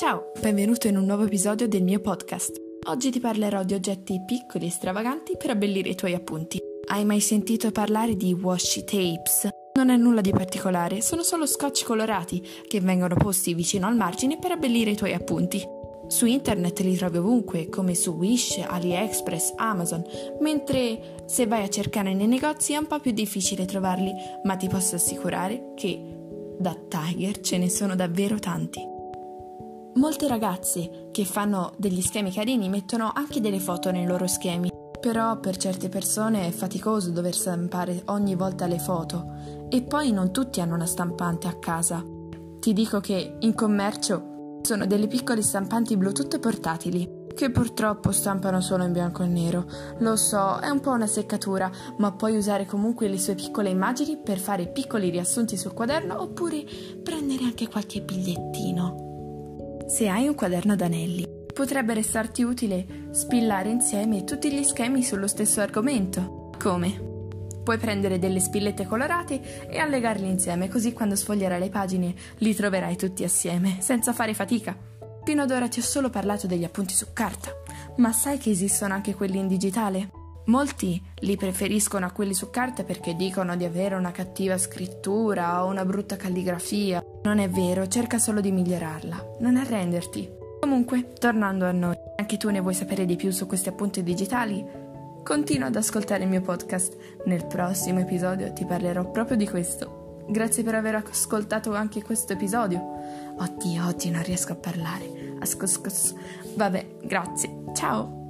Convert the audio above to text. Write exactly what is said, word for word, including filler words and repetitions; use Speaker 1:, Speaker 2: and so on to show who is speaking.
Speaker 1: Ciao, benvenuto in un nuovo episodio del mio podcast. Oggi ti parlerò di oggetti piccoli e stravaganti per abbellire i tuoi appunti. Hai mai sentito parlare di washi tapes? Non è nulla di particolare, sono solo scotch colorati che vengono posti vicino al margine per abbellire i tuoi appunti. Su internet li trovi ovunque, come su Wish, AliExpress, Amazon, mentre se vai a cercare nei negozi è un po' più difficile trovarli, ma ti posso assicurare che da Tiger ce ne sono davvero tanti. Molte ragazze che fanno degli schemi carini mettono anche delle foto nei loro schemi, però per certe persone è faticoso dover stampare ogni volta le foto e poi non tutti hanno una stampante a casa. Ti dico che in commercio sono delle piccole stampanti Bluetooth portatili che purtroppo stampano solo in bianco e nero. Lo so, è un po' una seccatura, ma puoi usare comunque le sue piccole immagini per fare piccoli riassunti sul quaderno oppure prendere anche qualche bigliettino. Se hai un quaderno d'anelli, potrebbe restarti utile spillare insieme tutti gli schemi sullo stesso argomento. Come? Puoi prendere delle spillette colorate e allegarli insieme, così quando sfoglierai le pagine li troverai tutti assieme, senza fare fatica. Fino ad ora ti ho solo parlato degli appunti su carta, ma sai che esistono anche quelli in digitale? Molti li preferiscono a quelli su carta perché dicono di avere una cattiva scrittura o una brutta calligrafia. Non è vero, cerca solo di migliorarla, non arrenderti. Comunque, tornando a noi, anche tu ne vuoi sapere di più su questi appunti digitali? Continua ad ascoltare il mio podcast. Nel prossimo episodio ti parlerò proprio di questo. Grazie per aver ascoltato anche questo episodio. Oddio, oggi non riesco a parlare. Ascos, Vabbè, grazie. Ciao!